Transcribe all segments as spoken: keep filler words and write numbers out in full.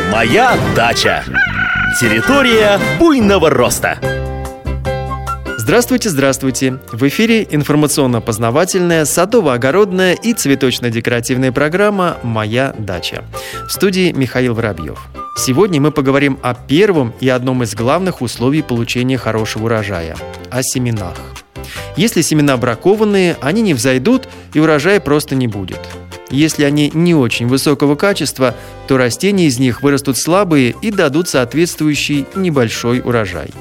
Моя дача. Территория буйного роста. Здравствуйте, здравствуйте! В эфире информационно-познавательная, садово-огородная и цветочно-декоративная программа «Моя дача». В студии Михаил Воробьев. Сегодня мы поговорим о первом и одном из главных условий получения хорошего урожая – о семенах. Если семена бракованные, они не взойдут и урожая просто не будет. Если они не очень высокого качества, то растения из них вырастут слабые и дадут соответствующий небольшой урожай.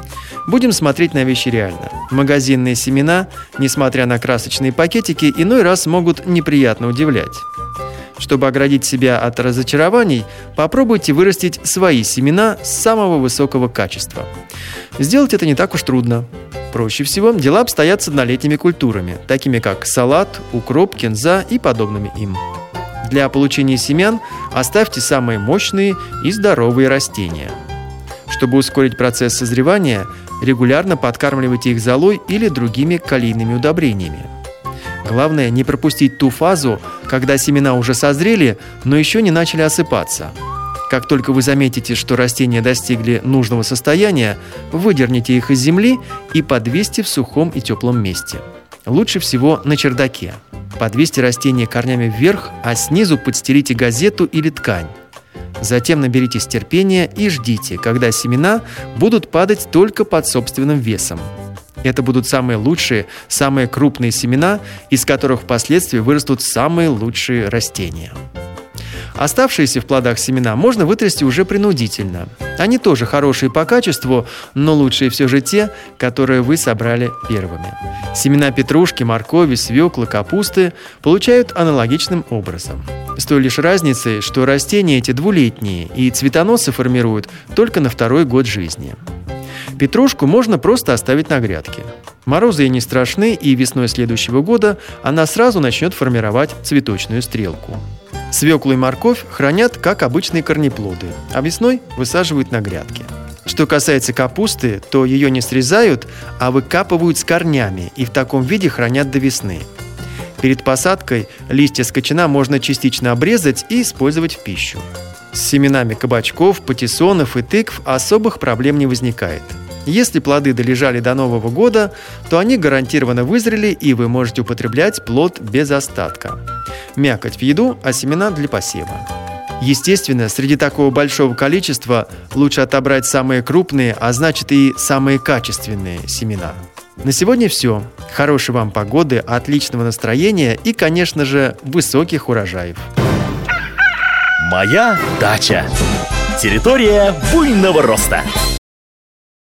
Будем смотреть на вещи реально. Магазинные семена, несмотря на красочные пакетики, иной раз могут неприятно удивлять. Чтобы оградить себя от разочарований, попробуйте вырастить свои семена самого высокого качества. Сделать это не так уж трудно. Проще всего дела обстоят с однолетними культурами, такими как салат, укроп, кинза и подобными им. Для получения семян оставьте самые мощные и здоровые растения. Чтобы ускорить процесс созревания, регулярно подкармливайте их золой или другими калийными удобрениями. Главное не пропустить ту фазу, когда семена уже созрели, но еще не начали осыпаться. Как только вы заметите, что растения достигли нужного состояния, выдерните их из земли и подвесьте в сухом и теплом месте. Лучше всего на чердаке. Подвесьте растения корнями вверх, а снизу подстелите газету или ткань. Затем наберитесь терпения и ждите, когда семена будут падать только под собственным весом. Это будут самые лучшие, самые крупные семена, из которых впоследствии вырастут самые лучшие растения. Оставшиеся в плодах семена можно вытрясти уже принудительно. Они тоже хорошие по качеству, но лучшие все же те, которые вы собрали первыми. Семена петрушки, моркови, свеклы, капусты получают аналогичным образом. С той лишь разницей, что растения эти двулетние, и цветоносы формируют только на второй год жизни. Петрушку можно просто оставить на грядке. Морозы ей не страшны, и весной следующего года она сразу начнет формировать цветочную стрелку. Свеклу и морковь хранят как обычные корнеплоды, а весной высаживают на грядке. Что касается капусты, то ее не срезают, а выкапывают с корнями и в таком виде хранят до весны. Перед посадкой листья с кочана можно частично обрезать и использовать в пищу. С семенами кабачков, патиссонов и тыкв особых проблем не возникает. Если плоды долежали до Нового года, то они гарантированно вызрели, и вы можете употреблять плод без остатка. Мякоть в еду, а семена для посева. Естественно, среди такого большого количества лучше отобрать самые крупные, а значит и самые качественные семена. На сегодня все. Хорошей вам погоды, отличного настроения и, конечно же, высоких урожаев. Моя дача. Территория буйного роста.